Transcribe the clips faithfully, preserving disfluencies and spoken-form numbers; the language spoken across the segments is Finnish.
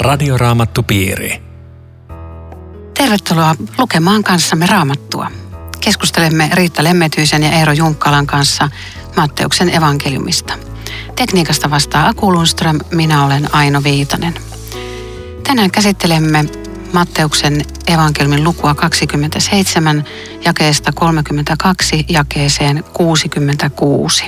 Radioraamattupiiri. Tervetuloa lukemaan kanssamme Raamattua. Keskustelemme Riitta Lemmetyisen ja Eero Junkkalan kanssa Matteuksen evankeliumista. Tekniikasta vastaa Aku Lundström, minä olen Aino Viitanen. Tänään käsittelemme Matteuksen evankeliumin lukua kaksikymmentäseitsemän, jakeesta kolmekymmentäkaksi jakeeseen kuusikymmentäkuusi.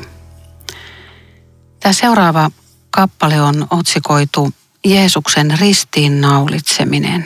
Tämä seuraava kappale on otsikoitu Jeesuksen ristiinnaulitseminen.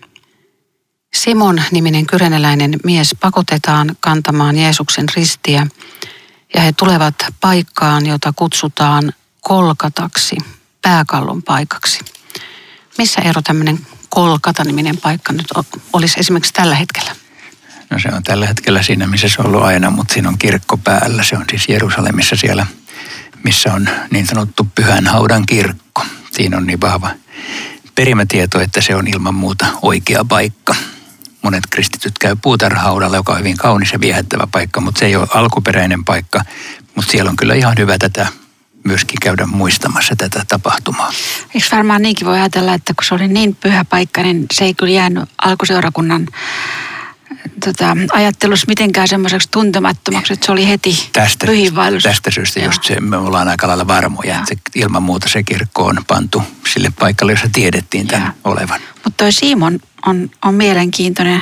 Simon-niminen kyreneläinen mies pakotetaan kantamaan Jeesuksen ristiä ja he tulevat paikkaan, jota kutsutaan Kolkataksi, pääkallon paikaksi. Missä Eero tämmöinen Kolkata-niminen paikka nyt olisi esimerkiksi tällä hetkellä? No se on tällä hetkellä siinä, missä se on ollut aina, mutta siinä on kirkko päällä. Se on siis Jerusalemissa siellä, missä on niin sanottu Pyhän Haudan kirkko. Siinä on niin vahva perimätieto, että se on ilman muuta oikea paikka. Monet kristityt käy puutarhaudalla, joka on hyvin kaunis ja viehättävä paikka, mutta se ei ole alkuperäinen paikka. Mutta siellä on kyllä ihan hyvä tätä myöskin käydä muistamassa tätä tapahtumaa. Eikö varmaan niinkin voi ajatella, että kun se oli niin pyhä paikka, niin se ei kyllä jäänyt alkuseurakunnan tota, ajattelussa mitenkään semmoiseksi tuntemattomaksi, että se oli heti tästä, pyhiinvaellus. Tästä syystä just se, me ollaan aika lailla varmoja, ja. että se, ilman muuta se kirkko on pantu sille paikalle, jossa tiedettiin tämän ja. olevan. Mutta toi Simon on, on mielenkiintoinen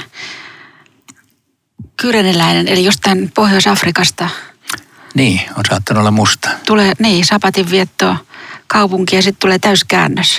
kyreneläinen, eli jostain Pohjois-Afrikasta. Niin, on saattanut olla musta. Tulee, niin, sapatin viettoa kaupunki ja sitten tulee täyskäännös.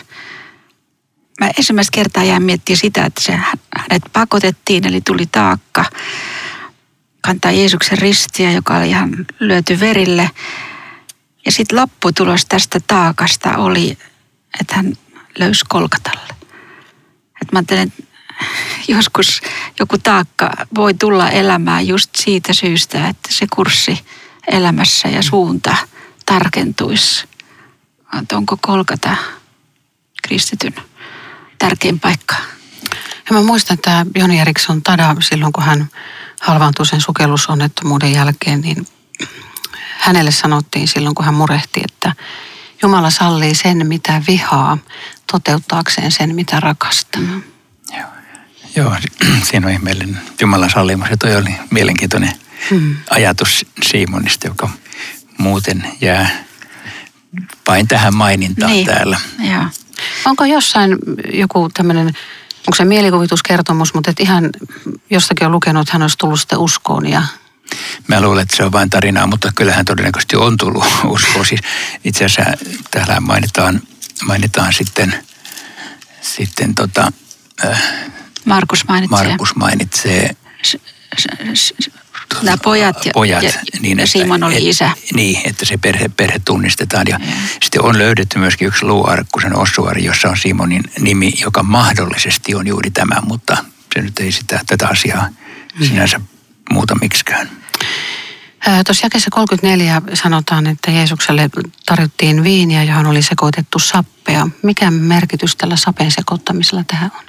Mä ensimmäistä kertaa jään miettimään sitä, että se, hänet pakotettiin, eli tuli taakka kantaa Jeesuksen ristiä, joka oli ihan lyöty verille. Ja sitten lopputulos tästä taakasta oli, että hän löysi Kolkatalle. Et mä ajattelen, että joskus joku taakka voi tulla elämään just siitä syystä, että se kurssi elämässä ja suunta tarkentuisi. Että onko Kolkata kristityn tärkein paikka? Ja mä muistan, että Joni Eriksson Tada silloin, kun hän halvaantui sen sukellusonnettomuuden jälkeen, niin hänelle sanottiin silloin, kun hän murehti, että Jumala sallii sen, mitä vihaa, toteuttaakseen sen, mitä rakastaa. Mm. Joo, Joo, siinä on ihmeellinen Jumalan sallimus. Ja toi oli mielenkiintoinen hmm. ajatus Simonista, joka muuten jää vain tähän mainintaan niin. täällä. Joo. Onko jossain joku tämmöinen, onko se mielikuvituskertomus, mutta et ihan jostakin on lukenut, että hän olisi tullut sitten uskoon ja... Mä luulen, että se on vain tarinaa, mutta kyllähän todennäköisesti on tullut uskoon. Siis itse asiassa täällä mainitaan, mainitaan sitten, sitten tota... Äh, Markus mainitsee. Markus mainitsee. S- s- s- Nämä pojat ja, pojat, ja, niin, ja Simon oli et, isä. Niin, että se perhe, perhe tunnistetaan. Ja, ja sitten on löydetty myöskin yksi luuarkkusen ossuari, jossa on Simonin nimi, joka mahdollisesti on juuri tämä, mutta se nyt ei sitä tätä asiaa mm. sinänsä muuta miksikään. Tuossa jakeessa kolmekymmentäneljä sanotaan, että Jeesukselle tarjottiin viiniä, johon oli sekoitettu sappea. Mikä merkitys tällä sapen sekoittamisella tähän on?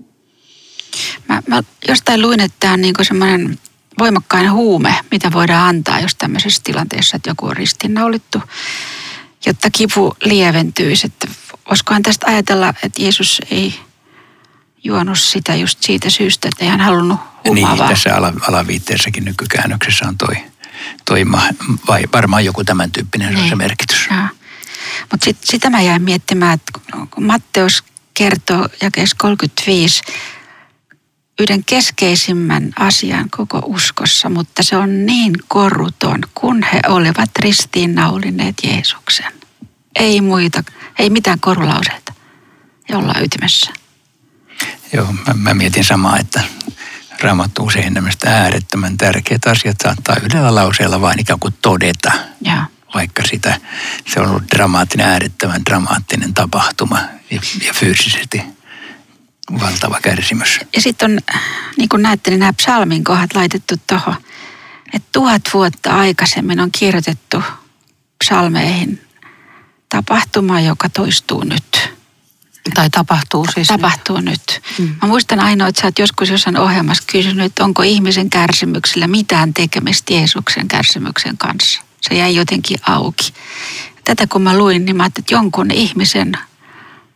Mä, mä jostain luin, että tämä on niin kuin semmoinen voimakkain huume, mitä voidaan antaa jos tämmöisessä tilanteessa, että joku on ristiinnaulittu, jotta kipu lieventyisi. Että voisikohan tästä ajatella, että Jeesus ei juonut sitä just siitä syystä, että ei hän halunnut huumaavaa. Niin, tässä ala, alaviitteessäkin nykykäännöksessä on toi, toi vai varmaan joku tämän tyyppinen niin. se merkitys. Mutta sit, sitä mä jäin miettimään, että kun Matteus kertoo jakeessa kolmekymmentäviisi, yhden keskeisimmän asian koko uskossa, mutta se on niin koruton, kun he olivat ristiinnaulineet Jeesuksen. Ei muita, ei mitään korulauseita, jolla ytimessä. Joo, mä, mä mietin samaa, että Raamattu usein nämmöistä äärettömän tärkeät asiat saattaa yhdellä lauseella vain ikään kuin todeta. Ja. Vaikka sitä, se on ollut dramaattinen, äärettömän dramaattinen tapahtuma ja, ja fyysisesti valtava kärsimys. Ja sitten on, niin kuin näette, niin nämä psalmin kohdat laitettu tuohon, että tuhat vuotta aikaisemmin on kirjoitettu psalmeihin tapahtuma, joka toistuu nyt. Tai tapahtuu siis. Tapahtuu nyt. nyt. Mm. Mä muistan ainoa, että sä oot joskus jossain ohjelmassa kysynyt, että onko ihmisen kärsimyksellä mitään tekemistä Jeesuksen kärsimyksen kanssa. Se jäi jotenkin auki. Tätä kun mä luin, niin mä ajattelin, että jonkun ihmisen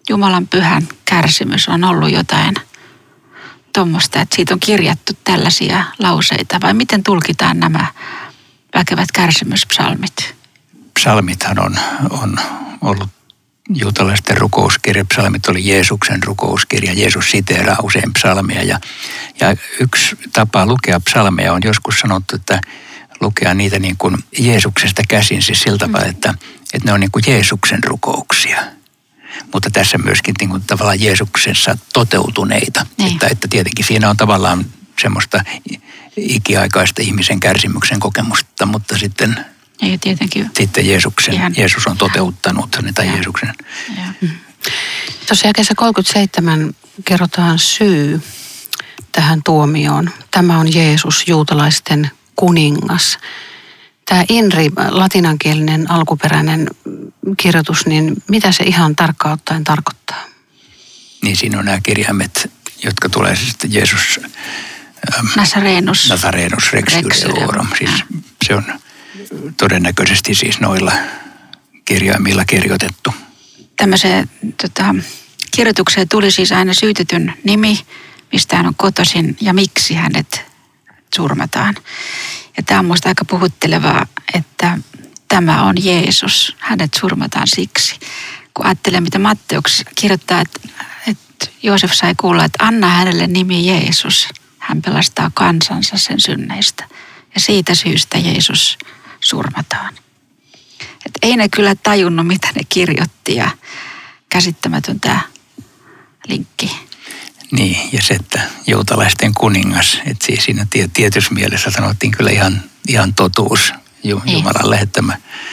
Jumalan pyhän kärsimys on ollut jotain tuommoista, että siitä on kirjattu tällaisia lauseita, vai miten tulkitaan nämä väkevät kärsimyspsalmit? Psalmithan on, on ollut juutalaisten rukouskirja. Psalmit oli Jeesuksen rukouskirja. Jeesus siteeraa usein psalmia. Ja, ja yksi tapa lukea psalmeja on joskus sanottu, että lukea niitä niin kuin Jeesuksesta käsin, siis sillä tavalla, että, että ne on niin kuin Jeesuksen rukouksia. Mutta tässä myöskin niin kuin tavallaan Jeesuksessa toteutuneita. Niin. Että, että tietenkin siinä on tavallaan semmoista ikiaikaista ihmisen kärsimyksen kokemusta, mutta sitten... Ja tietenkin. Sitten Jeesuksen, ihan, Jeesus on toteuttanut ne, tai ja, Jeesuksen. Ja. Tuossa jakeessa kolmekymmentäseitsemän kerrotaan syy tähän tuomioon. Tämä on Jeesus, juutalaisten kuningas. Tämä INRI, latinankielinen alkuperäinen kirjoitus, niin mitä se ihan tarkkaan ottaen tarkoittaa? Niin siinä on nämä kirjaimet, jotka tulee sitten Jeesus... Ähm, Nazarenus. Nazarenus Rex Judeorum. Siis se on... Todennäköisesti siis noilla kirjaimilla kirjoitettu. Tämmöiseen tota, kirjoitukseen tuli siis aina syytetyn nimi, mistä hän on kotoisin ja miksi hänet surmataan. Ja tämä on minusta aika puhuttelevaa, että tämä on Jeesus, hänet surmataan siksi. Kun ajattelee, mitä Matteus kirjoittaa, että, että Joosef sai kuulla, että anna hänelle nimi Jeesus. Hän pelastaa kansansa sen synneistä. Ja siitä syystä Jeesus surmataan. Et ei ne kyllä tajunnut, mitä ne kirjoitti ja käsittämätön tämä linkki. Niin, ja se, että juutalaisten kuningas, että siis siinä tietyssä mielessä sanottiin kyllä ihan, ihan totuus, Jumalan lähettämä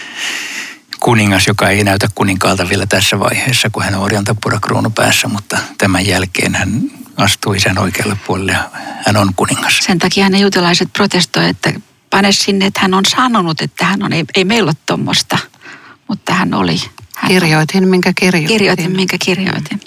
kuningas, joka ei näytä kuninkaalta vielä tässä vaiheessa, kun hän on orjantapura kruunu päässä, mutta tämän jälkeen hän astui isän oikealle puolelle ja hän on kuningas. Sen takia ne juutalaiset protestoivat, että pane sinne, että hän on sanonut, että hän on, ei, ei meillä ole tuommoista, mutta hän oli. Hän kirjoitin, on. minkä kirjoitin. Kirjoitin, minkä kirjoitin.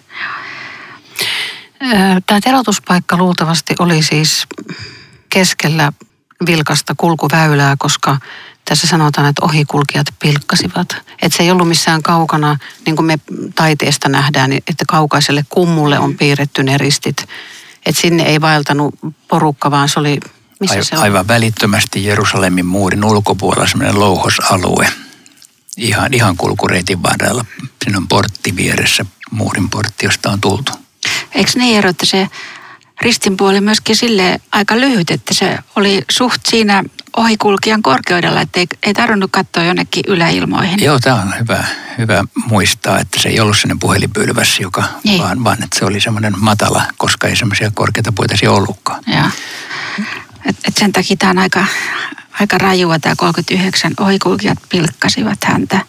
Tämä teloituspaikka luultavasti oli siis keskellä vilkasta kulkuväylää, koska tässä sanotaan, että ohikulkijat pilkkasivat. Että se ei ollut missään kaukana, niin kuin me taiteesta nähdään, että kaukaiselle kummulle on piirretty ne ristit. Että sinne ei vaeltanut porukka, vaan se oli... Missä Aiv- se on? Aivan välittömästi Jerusalemin muurin ulkopuolella semmoinen louhosalue. Ihan, ihan kulkureitin varrella. Siinä on portti vieressä, muurin portti, josta on tultu. Eikö niin, Eero, että se ristin puoli myöskin sille aika lyhyt, että se oli suht siinä ohikulkijan korkeudella, että ei, ei tarvinnut katsoa jonnekin yläilmoihin. Joo, tämä on hyvä, hyvä muistaa, että se ei ollut sellainen puhelinpylväs, joka, vaan, vaan että se oli semmoinen matala, koska ei semmoisia korkeita puita siellä ollutkaan. Joo. Et, et sen takia tämä on aika, aika rajua, tämä kolmekymmentäyhdeksän. Ohikulkijat pilkkasivat häntä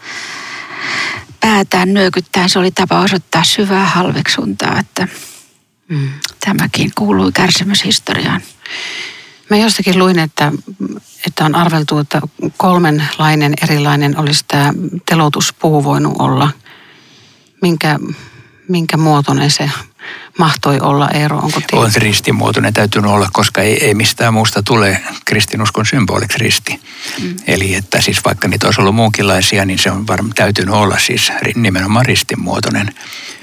päätään nyökyttäen. Se oli tapa osoittaa syvää halveksuntaa, että mm. tämäkin kuului kärsimyshistoriaan. Mä jostakin luin, että, että on arveltu, että kolmenlainen erilainen olisi tämä teloituspuu voinut olla. Minkä, minkä muotoinen se mahtoi olla, Eero? Onko tiedä? On ristimuotoinen täytynyt olla, koska ei, ei mistään muusta tule kristinuskon symboliksi risti. Mm. Eli että siis vaikka niitä olisi ollut muunkinlaisia, niin se on varmaan täytynyt olla siis nimenomaan ristimuotoinen.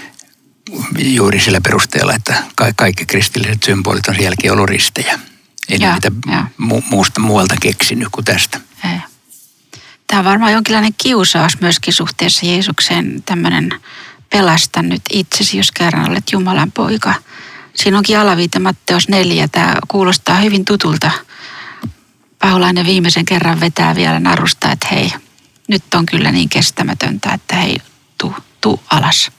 Juuri sillä perusteella, että kaikki kristilliset symbolit on sen jälkeen ollut ristejä. Ei ja, niitä mu- muusta muualta keksinyt kuin tästä. Ei. Tämä on varmaan jonkinlainen kiusaus myöskin suhteessa Jeesukseen, tämmöinen pelasta nyt itsesi, jos kerran olet Jumalan poika. Siinä onkin alaviite Matteus neljä. Tämä kuulostaa hyvin tutulta. Paholainen viimeisen kerran vetää vielä narusta, että hei, nyt on kyllä niin kestämätöntä, että hei, tuu, tuu alas.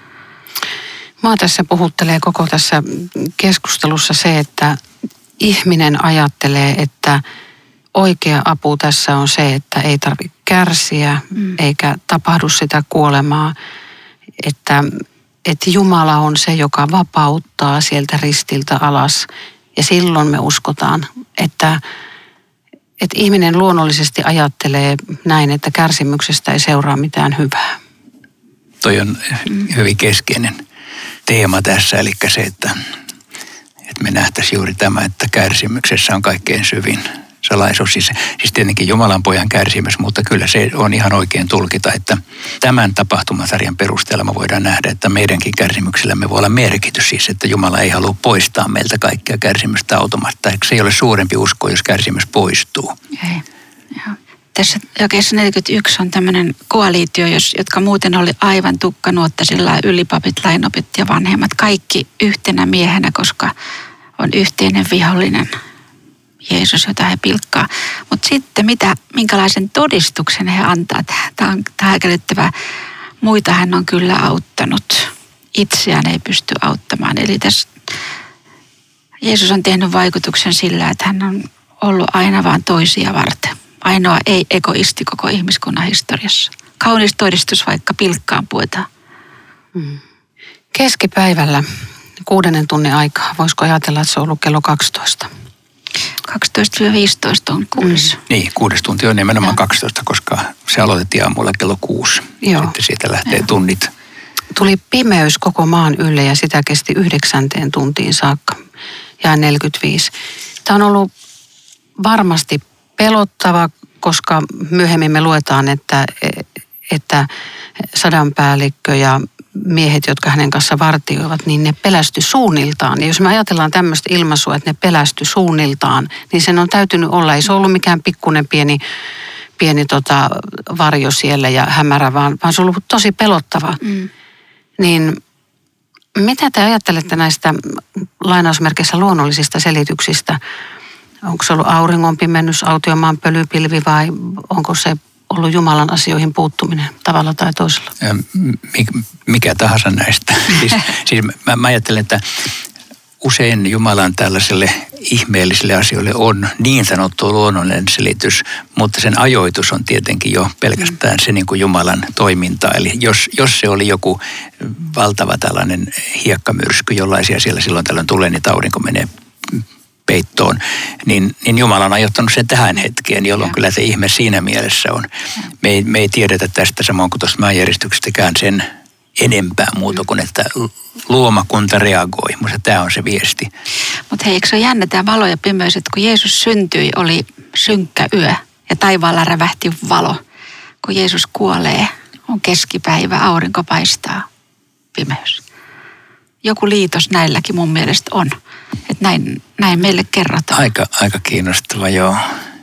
Mua tässä puhuttelee koko tässä keskustelussa se, että ihminen ajattelee, että oikea apu tässä on se, että ei tarvitse kärsiä mm. eikä tapahdu sitä kuolemaa. Että, että Jumala on se, joka vapauttaa sieltä ristiltä alas. Ja silloin me uskotaan, että, että ihminen luonnollisesti ajattelee näin, että kärsimyksestä ei seuraa mitään hyvää. Toi on hyvin keskeinen teema tässä, eli se, että, että me nähtäisiin juuri tämä, että kärsimyksessä on kaikkein syvin, salaisuus. Siis, siis tietenkin Jumalan pojan kärsimys, mutta kyllä se on ihan oikein tulkita, että tämän tapahtumasarjan perusteella me voidaan nähdä, että meidänkin kärsimyksellämme voi olla merkitys. Siis, että Jumala ei halua poistaa meiltä kaikkea kärsimystä automatta. Eikö se ei ole suurempi usko, jos kärsimys poistuu? Ei, joo. Tässä jakeessa neljäkymmentäyksi on tämmöinen koalitio, jotka muuten oli aivan tukkanuottasilla, ylipapit, lainopit ja vanhemmat. Kaikki yhtenä miehenä, koska on yhteinen vihollinen Jeesus, jota he pilkkaa. Mutta sitten mitä, minkälaisen todistuksen he antaa? Tämä on häkellyttävää. Muita hän on kyllä auttanut. Itseään ei pysty auttamaan. Eli tässä Jeesus on tehnyt vaikutuksen sillä, että hän on ollut aina vaan toisia varten. Ainoa ei-egoisti koko ihmiskunnan historiassa. Kaunis todistus, vaikka pilkkaan puetaan. Hmm. Keskipäivällä kuudennen tunnin aikaa. Voisiko ajatella, että se on ollut kello kaksitoista? kaksitoista viisitoista on kuudes. Mm. Niin, kuudes tunti on nimenomaan ja. kaksitoista, koska se aloitettiin aamulla kello kuusi. Joo. Sitten siitä lähtee ja. tunnit. Tuli pimeys koko maan ylle ja sitä kesti yhdeksänteen tuntiin saakka. Ja neljäkymmentäviisi. Tämä on ollut varmasti pelottava, koska myöhemmin me luetaan, että, että sadanpäällikkö ja miehet, jotka hänen kanssa vartioivat, niin ne pelästy suunniltaan. Ja jos me ajatellaan tämmöistä ilmaisua, että ne pelästy suunniltaan, niin sen on täytynyt olla. Ei se ollut mikään pikkuinen pieni, pieni tota varjo siellä ja hämärä, vaan, vaan se on ollut tosi pelottava. Mm. Niin mitä te ajattelette näistä lainausmerkeissä luonnollisista selityksistä? Onko se ollut auringon pimennys, autiomaan pölypilvi vai onko se ollut Jumalan asioihin puuttuminen tavalla tai toisella? Mikä tahansa näistä. siis, siis mä, mä ajattelen, että usein Jumalan tällaiselle ihmeellisille asioille on niin sanottu luonnollinen selitys, mutta sen ajoitus on tietenkin jo pelkästään se niin kuin Jumalan toiminta. Eli jos, jos se oli joku valtava tällainen hiekkamyrsky, jollaisia siellä silloin tällöin tulee, niin aurinko menee peittoon, niin, niin Jumala on ajoittanut sen tähän hetkeen, jolloin ja. kyllä se ihme siinä mielessä on. Me ei, me ei tiedetä tästä samoin kuin tuosta maanjäristyksestäkään sen enempää muuta kuin, että luomakunta reagoi. Mutta tämä on se viesti. Mutta hei, eikö se ole jännä tämä valo ja pimeys, että kun Jeesus syntyi, oli synkkä yö ja taivaalla rävähti valo. Kun Jeesus kuolee, on keskipäivä, aurinko paistaa, pimeys. Joku liitos näilläkin mun mielestä on. Että näin, näin meille kerrotaan. Aika, aika kiinnostava, joo.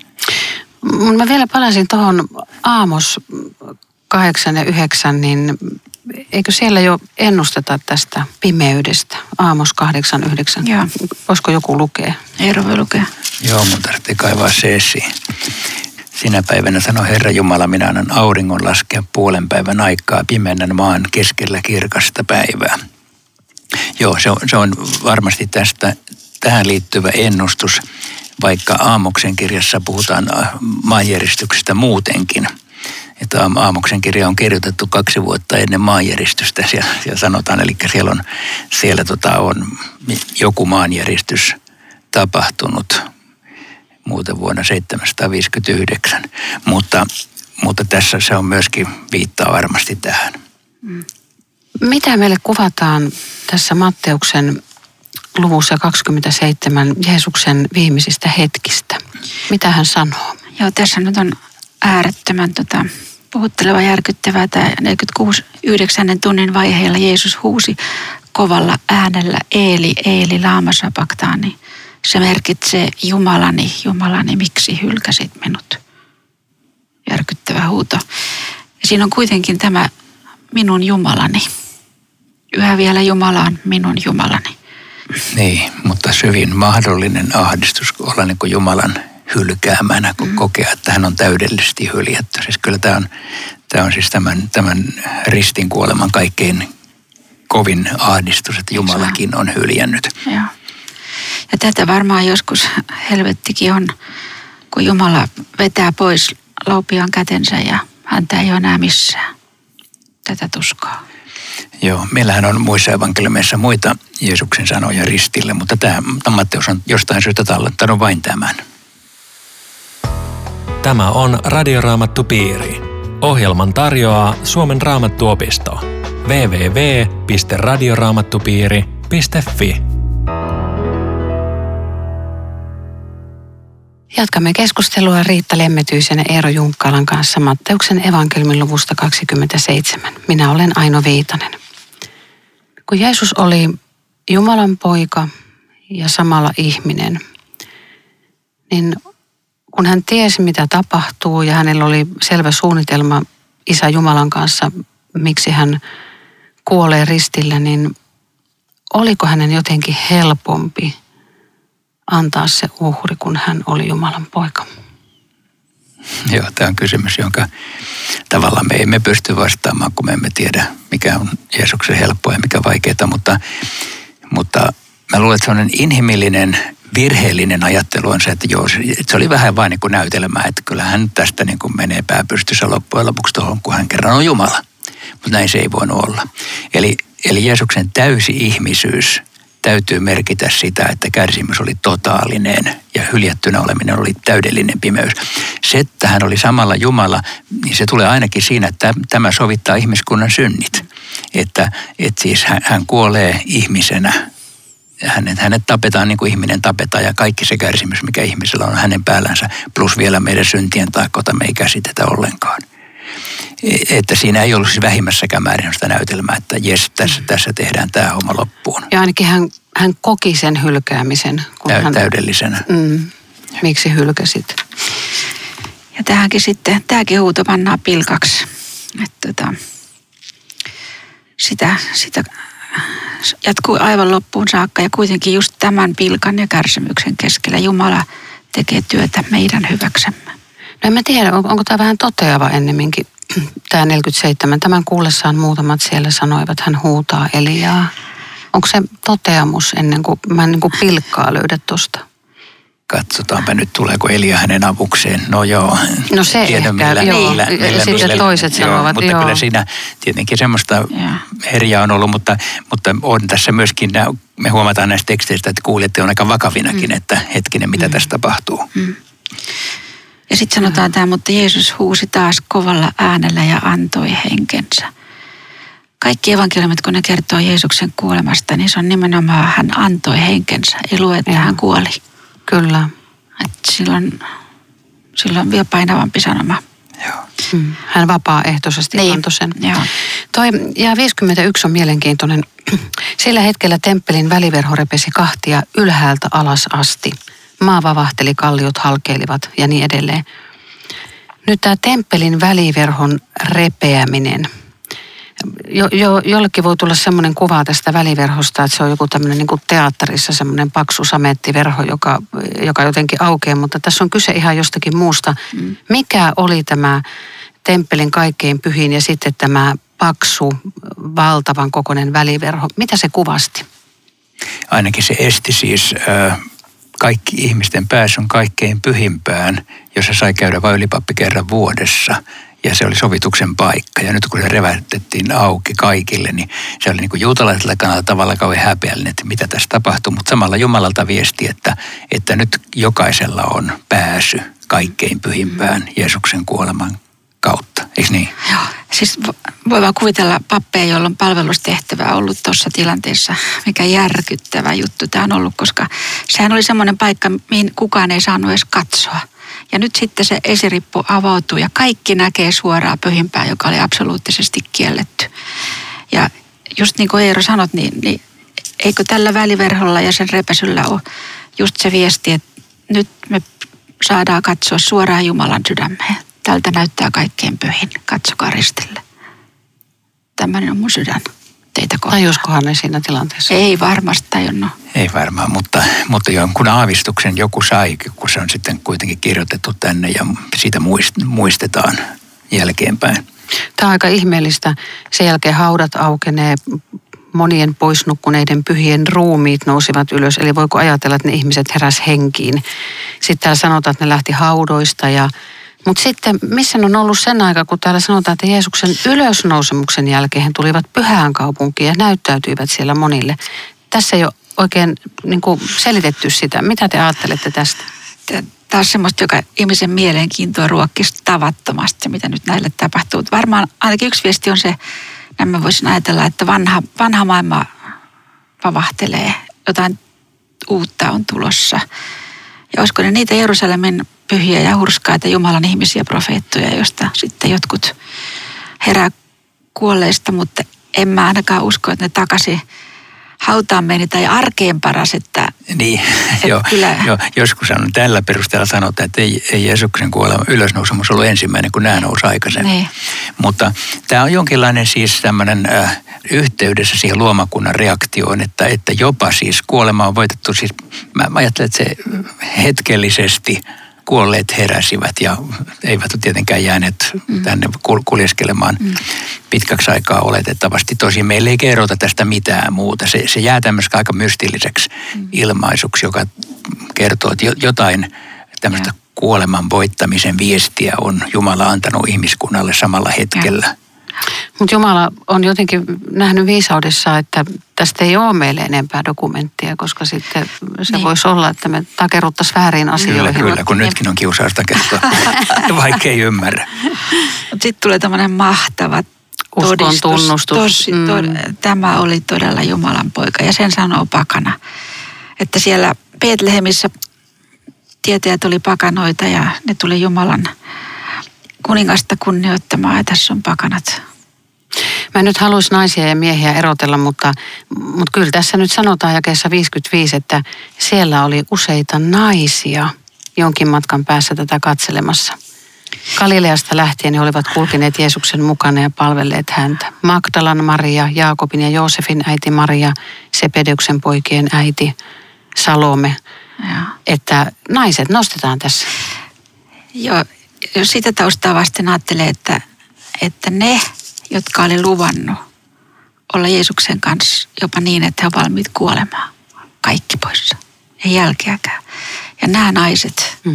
Mä vielä palasin tuohon Aamos kahdeksan ja yhdeksän, niin eikö siellä jo ennusteta tästä pimeydestä? Aamos kahdeksan yhdeksän. Joo. Voisiko joku lukea? Eero voi lukea. Joo, mun tarvitsee kaivaa se esiin. Sinä päivänä sanoi Herra Jumala, minä annan auringon laskea puolen päivän aikaa pimennän maan keskellä kirkasta päivää. Joo, se on, se on varmasti tästä, tähän liittyvä ennustus, vaikka Aamoksen kirjassa puhutaan maanjäristyksestä muutenkin. Että Aamoksen kirja on kirjoitettu kaksi vuotta ennen maanjäristystä, siellä, siellä sanotaan, eli siellä on, siellä tota on joku maanjäristys tapahtunut muuten vuonna seitsemänsataaviisikymmentäyhdeksän, mutta, mutta tässä se on myöskin viittaa varmasti tähän. Mm. Mitä meille kuvataan tässä Matteuksen luvussa kaksikymmentäseitsemän Jeesuksen viimeisistä hetkistä? Mitä hän sanoo? Joo, tässä nyt on äärettömän tota, puhutteleva, järkyttävää. Tämä neljäkymmentäkuusi yhdeksännen tunnin vaiheella Jeesus huusi kovalla äänellä Eeli, Eeli, lama sabachthani. Se merkitsee Jumalani, Jumalani, miksi hylkäsit minut? Järkyttävä huuto. Ja siinä on kuitenkin tämä minun Jumalani. Yhä vielä Jumala on minun Jumalani. Niin, mutta syvin mahdollinen ahdistus olla niin kuin Jumalan hylkäämänä, kun mm. kokea, että hän on täydellisesti hyljätty. Siis kyllä tämä on, tämä on siis tämän, tämän ristin kuoleman kaikkein kovin ahdistus, että Jumalakin on hyljännyt. Joo. Ja tätä varmaan joskus helvettikin on, kun Jumala vetää pois laupiaan kätensä ja häntä ei ole enää missään. Tätä tuskaa. Joo, meillähän on muissa evankeliumeissa muita Jeesuksen sanoja ristille, mutta tämä Matteus on jostain syystä tallettanut vain tämän. Tämä on Radioraamattupiiri. Ohjelman tarjoaa Suomen Raamattuopisto. double-u double-u double-u piste radioraamattupiiri piste fi Jatkamme keskustelua Riitta Lemmetyisen ja Eero Junkkalan kanssa Matteuksen evankeliumin luvusta kaksikymmentäseitsemän. Minä olen Aino Viitanen. Kun Jeesus oli Jumalan poika ja samalla ihminen, niin kun hän tiesi mitä tapahtuu ja hänellä oli selvä suunnitelma Isä Jumalan kanssa, miksi hän kuolee ristillä, niin oliko hänen jotenkin helpompi antaa se uhri, kun hän oli Jumalan poika? Joo, tämä on kysymys, jonka tavallaan me emme pysty vastaamaan, kun me emme tiedä, mikä on Jeesuksen helppoa ja mikä vaikeaa, mutta, mutta mä luulen, että sellainen inhimillinen, virheellinen ajattelu on se, että joo, se oli vähän vain niin kuin näytelmää, että kyllähän tästä niin kuin menee pääpystyssä loppujen lopuksi tuohon, kun hän kerran on Jumala. Mutta näin se ei voinut olla. Eli, eli Jeesuksen täysi ihmisyys täytyy merkitä sitä, että kärsimys oli totaalinen ja hyljättynä oleminen oli täydellinen pimeys. Se, että hän oli samalla Jumala, niin se tulee ainakin siinä, että tämä sovittaa ihmiskunnan synnit. Että, että siis hän, hän kuolee ihmisenä. Hänet, hänet tapetaan niin kuin ihminen tapetaan ja kaikki se kärsimys, mikä ihmisellä on hänen päällänsä, plus vielä meidän syntien taakka, jota me ei käsitetä ollenkaan. Että siinä ei ollut siis vähimmässäkään määrin sitä näytelmää, että jes, tässä, tässä tehdään tämä homma loppuun. Ja ainakin hän, hän koki sen hylkäämisen. Kun Täy, hän, täydellisenä. Mm, miksi hylkäsit? Ja tähänkin sitten, tämäkin huuto pannaan pilkaksi. Että tota, sitä, sitä jatkuu aivan loppuun saakka ja kuitenkin just tämän pilkan ja kärsimyksen keskellä Jumala tekee työtä meidän hyväksemme. No en mä tiedä, onko tämä vähän toteava ennemminkin, tämä neljäkymmentäseitsemän. Tämän kuullessaan muutamat siellä sanoivat, hän huutaa Eliaa. Onko se toteamus ennen kuin mä niin kuin pilkkaa löydät tuosta? Katsotaanpa nyt, tuleeko Elia hänen avukseen. No joo. No se tiedä, ehkä, millä, joo. Millä, millä, ja sitten millä, toiset joo, sanovat, mutta joo. kyllä siinä tietenkin semmoista herjaa on ollut, mutta, mutta on tässä myöskin, me huomataan näistä teksteistä, että kuulijat on aika vakavinakin, mm. että hetkinen, mitä mm. tässä tapahtuu. Mm. Ja sitten sanotaan tämä, mutta Jeesus huusi taas kovalla äänellä ja antoi henkensä. Kaikki evankeliumit, kun ne kertoo Jeesuksen kuolemasta, niin se on nimenomaan, hän antoi henkensä. Ei lue, että hän kuoli. Kyllä. Että silloin, silloin vielä painavampi sanoma. Joo. Mm. Hän vapaaehtoisesti niin. antoi sen. Joo. Toi, ja viisikymmentäyksi on mielenkiintoinen. Sillä hetkellä temppelin väliverho repesi kahtia ylhäältä alas asti. Maa vavahteli, kalliot halkeilivat ja niin edelleen. Nyt tämä temppelin väliverhon repeäminen. Jo, jo, jollekin voi tulla semmoinen kuva tästä väliverhosta, että se on joku tämmöinen niin kuin teatterissa semmoinen paksu samettiverho, joka, joka jotenkin aukeaa, mutta tässä on kyse ihan jostakin muusta. Mm. Mikä oli tämä temppelin kaikkein pyhin ja sitten tämä paksu, valtavan kokoinen väliverho? Mitä se kuvasti? Ainakin se esti siis äh, kaikki ihmisten pääsyn kaikkein pyhimpään, jossa sai käydä vain ylipappi kerran vuodessa. Ja se oli sovituksen paikka. Ja nyt kun se reväytettiin auki kaikille, niin se oli niin kuin juutalaisella kannalta tavalla kauhean häpeällinen, että mitä tässä tapahtuu. Mutta samalla Jumalalta viesti, että, että nyt jokaisella on pääsy kaikkein pyhimpään Jeesuksen kuoleman kautta. Eikö niin? Joo. Siis voi vaan kuvitella pappeja, joilla on palvelustehtävä ollut tuossa tilanteessa. Mikä järkyttävä juttu tämä on ollut, koska sehän oli semmoinen paikka, mihin kukaan ei saanut edes katsoa. Ja nyt sitten se esirippu avautuu ja kaikki näkee suoraan pyhimpää, joka oli absoluuttisesti kielletty. Ja just niin kuin Eero sanot, niin, niin eikö tällä väliverholla ja sen repäsyllä ole just se viesti, että nyt me saadaan katsoa suoraan Jumalan sydämeen. Tältä näyttää kaikkein pyhin. Katsokaa ristille. Tämmöinen on mun sydän teitä kohtaan. Tajuskohan ne siinä tilanteessa? Ei varmasti tajunnut. Ei varmaan, mutta, mutta jonkun aavistuksen joku sai, kun se on sitten kuitenkin kirjoitettu tänne ja siitä muistetaan jälkeenpäin. Tämä on aika ihmeellistä. Sen jälkeen haudat aukenee, monien poisnukkuneiden pyhien ruumiit nousivat ylös. Eli voiko ajatella, että ne ihmiset heräs henkiin. Sitten täällä sanotaan, että ne lähti haudoista ja mutta sitten, missä ne on ollut sen aika, kun täällä sanotaan, että Jeesuksen ylösnousemuksen jälkeen he tulivat pyhään kaupunkiin ja näyttäytyivät siellä monille. Tässä ei ole oikein niin kuin selitetty sitä. Mitä te ajattelette tästä? Tämä on semmoista, joka ihmisen mielenkiintoa ruokkisi tavattomasti, mitä nyt näille tapahtuu. Varmaan ainakin yksi viesti on se, näin mä voisin ajatella, että vanha, vanha maailma vavahtelee. Jotain uutta on tulossa. Ja olisiko ne niitä Jerusalemin pyhiä ja hurskaita Jumalan ihmisiä, profeettoja, joista sitten jotkut herää kuolleista, mutta en mä ainakaan usko, että ne takaisin hautaan meni tai arkeen paras, että... Niin, että joo, kyllä... joo, joskus on tällä perusteella sanotaan, että ei, ei Jeesuksen kuolema ylösnousemus ollut ensimmäinen, kun nämä nousi aikaisemmin. Niin. Mutta tämä on jonkinlainen siis tämmöinen äh, yhteydessä siihen luomakunnan reaktioon, että, että jopa siis kuolema on voitettu, siis mä, mä ajattelen, että se hetkellisesti kuolleet heräsivät ja eivät tietenkään jääneet mm. tänne kuljeskelemaan mm. pitkäksi aikaa oletettavasti. Tosin meille ei kerrota tästä mitään muuta. Se, se jää tämmöiseksi aika mystilliseksi mm. ilmaisuksi, joka kertoo, että jotain tämmöistä ja. kuoleman voittamisen viestiä on Jumala antanut ihmiskunnalle samalla hetkellä. Ja. Mutta Jumala on jotenkin nähnyt viisaudessa, että tästä ei ole meille enempää dokumenttia, koska sitten se niin. voisi olla, että me takerruttaisiin väärin asioihin. Kyllä, kyllä, kun nytkin on kiusausta kertoa, vaikka ei ymmärrä. Sitten tulee tämmöinen mahtava todistus. Uskon tunnustus. Tosi, mm. to, tämä oli todella Jumalan poika ja sen sanoo pakana. Että siellä Betlehemissä tietäjät oli pakanoita ja ne tuli Jumalan kuningasta kunnioittamaan ja tässä on pakanat. Mä en nyt haluaisi naisia ja miehiä erotella, mutta, mutta kyllä tässä nyt sanotaan jakeessa viisikymmentäviisi, että siellä oli useita naisia jonkin matkan päässä tätä katselemassa. Galileasta lähtien he olivat kulkeneet Jeesuksen mukana ja palvelleet häntä. Magdalan Maria, Jaakobin ja Joosefin äiti Maria, Sepedeuksen poikien äiti Salome. Ja. Että naiset nostetaan tässä. Joo, jos sitä taustaa vasten ajattelee, että, että ne, jotka oli luvannut olla Jeesuksen kanssa jopa niin, että he ovat valmiit kuolemaan. Kaikki poissa. Ei jälkeäkään. Ja nämä naiset, mm.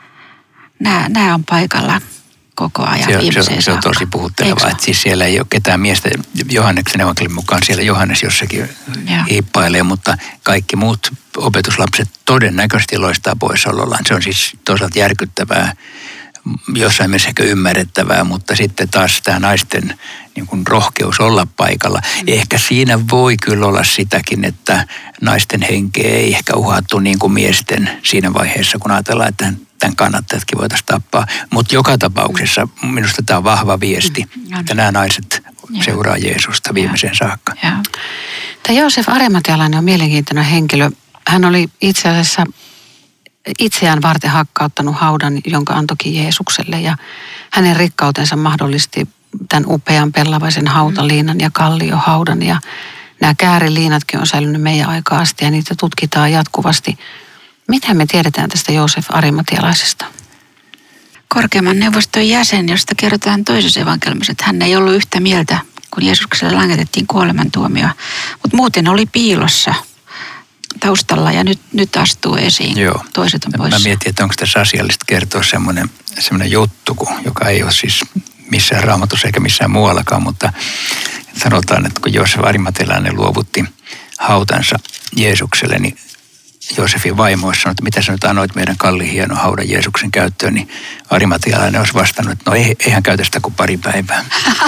nämä, nämä on paikalla koko ajan se on, viimeiseen se on, se on tosi puhuttelevaa, että siis siellä ei ole ketään miestä. Johanneksen evankeliumin mukaan siellä Johannes jossakin ja. hiippailee, mutta kaikki muut opetuslapset todennäköisesti loistaa poissaolollaan. Se on siis toisaalta järkyttävää. Jossain mielessä ehkä ymmärrettävää, mutta sitten taas tämä naisten niin kuin rohkeus olla paikalla. Mm. Ehkä siinä voi kyllä olla sitäkin, että naisten henkeä ei ehkä uhattu niin kuin miesten siinä vaiheessa, kun ajatellaan, että tämän kannattajatkin voitaisiin tappaa. Mutta joka tapauksessa minusta tämä on vahva viesti, mm. että nämä naiset ja. seuraa Jeesusta viimeiseen saakka. Ja. Tämä Joosef Arimatialainen on mielenkiintoinen henkilö. Hän oli itse asiassa itseään varten hakkauttanut haudan, jonka antoikin Jeesukselle, ja hänen rikkautensa mahdollisti tämän upean pellavaisen hautaliinan ja kalliohaudan, ja nämä kääriliinatkin on säilynyt meidän aikaa asti ja niitä tutkitaan jatkuvasti. Mitä me tiedetään tästä Joosef Arimatialaisesta? Korkeimman neuvoston jäsen, josta kerrotaan toisessa evankeliumissa, että hän ei ollut yhtä mieltä, kun Jeesukselle langetettiin kuolemantuomio, mutta muuten oli piilossa taustalla ja nyt, nyt astuu esiin. Joo. Toiset on poissa. Mä mietin, että onko tässä asiallista kertoa semmoinen, semmoinen juttu, joka ei ole siis missään Raamatussa eikä missään muuallakaan, mutta sanotaan, että kun Joosef Arimatialainen luovutti hautansa Jeesukselle, niin Joosefin vaimo sanoi, että mitä sä nyt annoit meidän kalliin hienon haudan Jeesuksen käyttöön, niin Arimatialainen olisi vastannut, että no ei, eihän käytä sitä kuin pari päivää.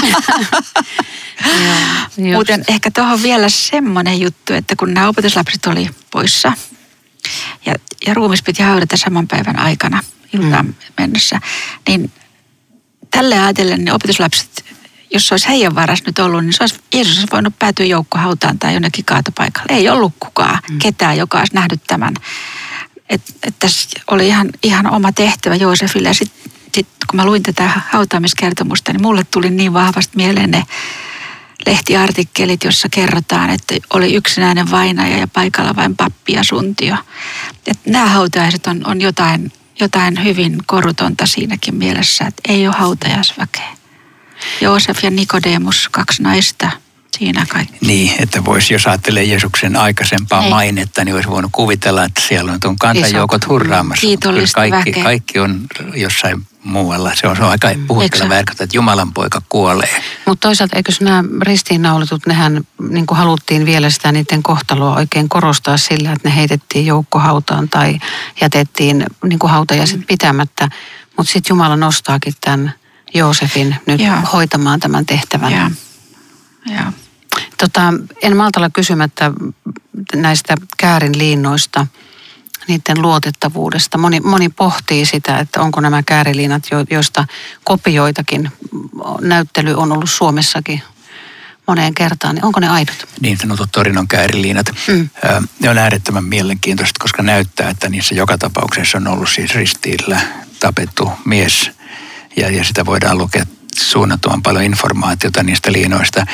Muuten ehkä tuohon vielä semmoinen juttu, että kun nämä opetuslapset oli poissa ja, ja ruumis piti haudata saman päivän aikana iltaan mm. mennessä, niin tälle ajatellen ne opetuslapset, jos se olisi heidän varas nyt ollut, niin se olisi, Jeesus olisi voinut päätyä joukkohautaan tai jonnekin kaatopaikalle. Ei ollut kukaan, mm. ketään, joka olisi nähnyt tämän. Että et tässä oli ihan, ihan oma tehtävä Joosefille. Ja sitten sit, kun mä luin tätä hautaamiskertomusta, niin mulle tuli niin vahvasti mieleen ne lehtiartikkelit, jossa kerrotaan, että oli yksinäinen vainaja ja paikalla vain pappi ja suntio. Että nämä hautajaiset on, on jotain, jotain hyvin korutonta siinäkin mielessä, että ei ole hautajaisväkeä. Joosef ja Nikodemus, kaksi naista, siinä kaikki. Niin, että voisi, jos ajattelee Jeesuksen aikaisempaa Ei. mainetta, niin olisi voinut kuvitella, että siellä on tuon kansanjoukot hurraamassa. Kiitollista kaikki, väkeä. kaikki on jossain muualla. Se on, se on aika puhutteleva verkota, että Jumalan poika kuolee. Mutta toisaalta eikös nämä ristiinnaulitut, nehän niin kuin haluttiin vielä sitä niiden kohtaloa oikein korostaa sillä, että ne heitettiin joukkohautaan tai jätettiin niin kuin hautajaiset mm. pitämättä. Mutta sitten Jumala nostaakin tämän Joosefin nyt ja. hoitamaan tämän tehtävän. Ja. Ja. Tota, en malta olla kysymättä näistä käärin liinnoista. niiden luotettavuudesta. Moni, moni pohtii sitä, että onko nämä kääriliinat, joista kopioitakin näyttely on ollut Suomessakin moneen kertaan, niin onko ne aidot? Niin sanotut Torinon kääriliinat. Mm. Ne on äärettömän mielenkiintoiset, koska näyttää, että niissä joka tapauksessa on ollut siis ristiillä tapettu mies. Ja, ja sitä voidaan lukea suunnattoman paljon informaatiota niistä liinoista.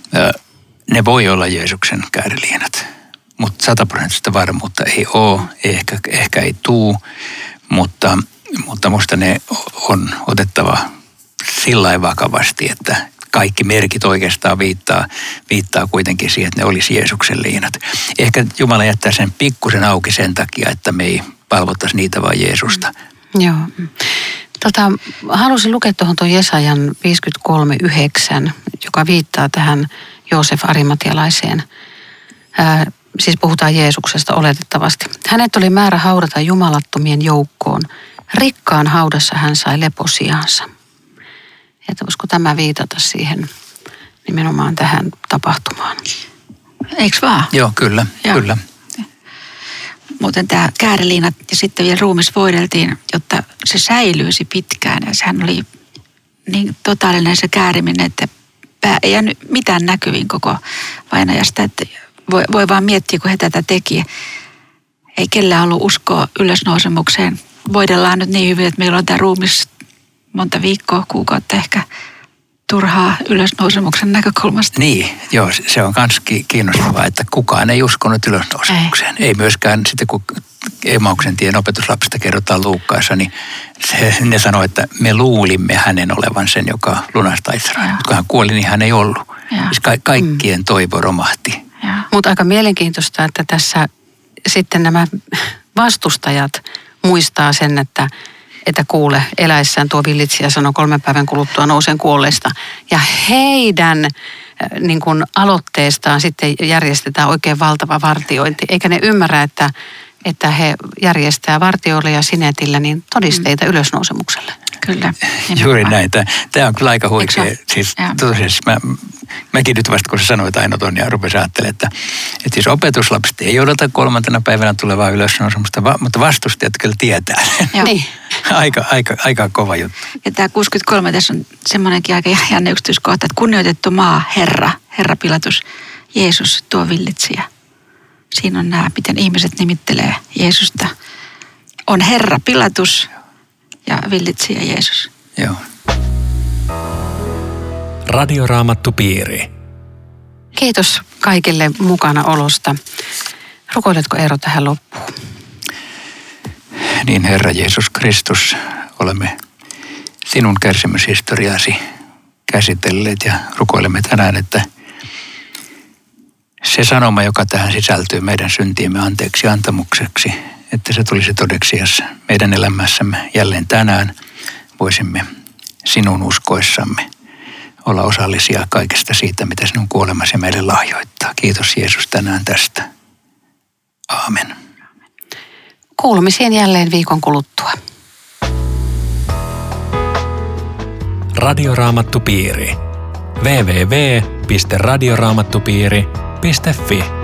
Ne voi olla Jeesuksen kääriliinat, mutta sataprosenttista varmuutta ei ole, ehkä, ehkä ei tuu, mutta, mutta musta ne on otettava sillä lailla vakavasti, että kaikki merkit oikeastaan viittaa, viittaa kuitenkin siihen, että ne olisi Jeesuksen liinat. Ehkä Jumala jättää sen pikkusen auki sen takia, että me ei palvottaisi niitä vaan Jeesusta. Joo. Tota, halusin lukea tuohon tuon Jesajan viisikymmentäkolme yhdeksän, joka viittaa tähän Joosef Arimatialaiseen. Ää, siis puhutaan Jeesuksesta oletettavasti. Hänet oli määrä haudata jumalattomien joukkoon. Rikkaan haudassa hän sai leposiaansa. Että voisiko tämä viitata siihen nimenomaan tähän tapahtumaan? Eikö vaan? Joo, kyllä, Joo. kyllä. Muuten tämä kääriliinat ja sitten vielä ruumis voideltiin, jotta se säilyisi pitkään. Ja sehän oli niin totaalinen se kääriminen, että pää, ei jäänyt mitään näkyviin koko vainajasta. Että voi, voi vaan miettiä, kun he tätä teki. Ei kellään ollut uskoa ylösnousemukseen. Voidellaan nyt niin hyvin, että meillä on tämä ruumis monta viikkoa, kuukautta ehkä turhaa ylösnousemuksen näkökulmasta. Niin, joo, se on myös kiinnostavaa, että kukaan ei uskonut ylösnousemukseen. Ei, ei myöskään sitten, kun Emauksen tien opetuslapsista kerrotaan Luukkaassa, niin se, ne sanoo, että me luulimme hänen olevan sen, joka lunastaa Israelin. Mutta kun hän kuoli, niin hän ei ollut. Siis ka- kaikkien mm. toivo romahti. Mutta aika mielenkiintoista, että tässä sitten nämä vastustajat muistaa sen, että että kuule, eläessään tuo villitsijä sanoi kolmen päivän kuluttua nousen kuolleista. Ja heidän niin kuin aloitteestaan sitten järjestetään oikein valtava vartiointi. Eikä ne ymmärrä, että, että he järjestää vartioilla ja sinetillä niin todisteita mm. ylösnousemukselle. Kyllä. Juuri näin. Tämä on kyllä aika huikea. Siis, tosiaan, mä, mäkin nyt vasta kun sä sanoit Aino ton ja rupesin ajattelemaan, että, että siis opetuslapset ei odota kolmantena päivänä tulevaa ylösnousemusta, mutta vastustajat kyllä tietää. Niin. aika, aika, aika kova juttu. Ja tämä kuusikymmentäkolme, tässä on semmoinenkin aika jännä yksityiskohta, että kunnioitettu maa, Herra, Herra Pilatus, Jeesus, tuo villitsijä. Siinä on nämä, miten ihmiset nimittelee Jeesusta. On Herra Pilatus ja villitsijä Jeesus. Joo. Radioraamattupiiri. Kiitos kaikille mukana olosta. Rukoiletko Eero tähän loppuun? Niin Herra Jeesus Kristus, olemme sinun kärsimyshistoriasi käsitelleet ja rukoilemme tänään, että se sanoma, joka tähän sisältyy meidän syntiemme anteeksi antamukseksi, että se tulisi todeksi, jos meidän elämässämme jälleen tänään voisimme sinun uskoissamme olla osallisia kaikesta siitä, mitä sinun kuolemasi meille lahjoittaa. Kiitos Jeesus tänään tästä. Aamen. Kuulumisiin jälleen viikon kuluttua. Radioraamattupiiri. double-u double-u double-u piste radioraamattupiiri piste fi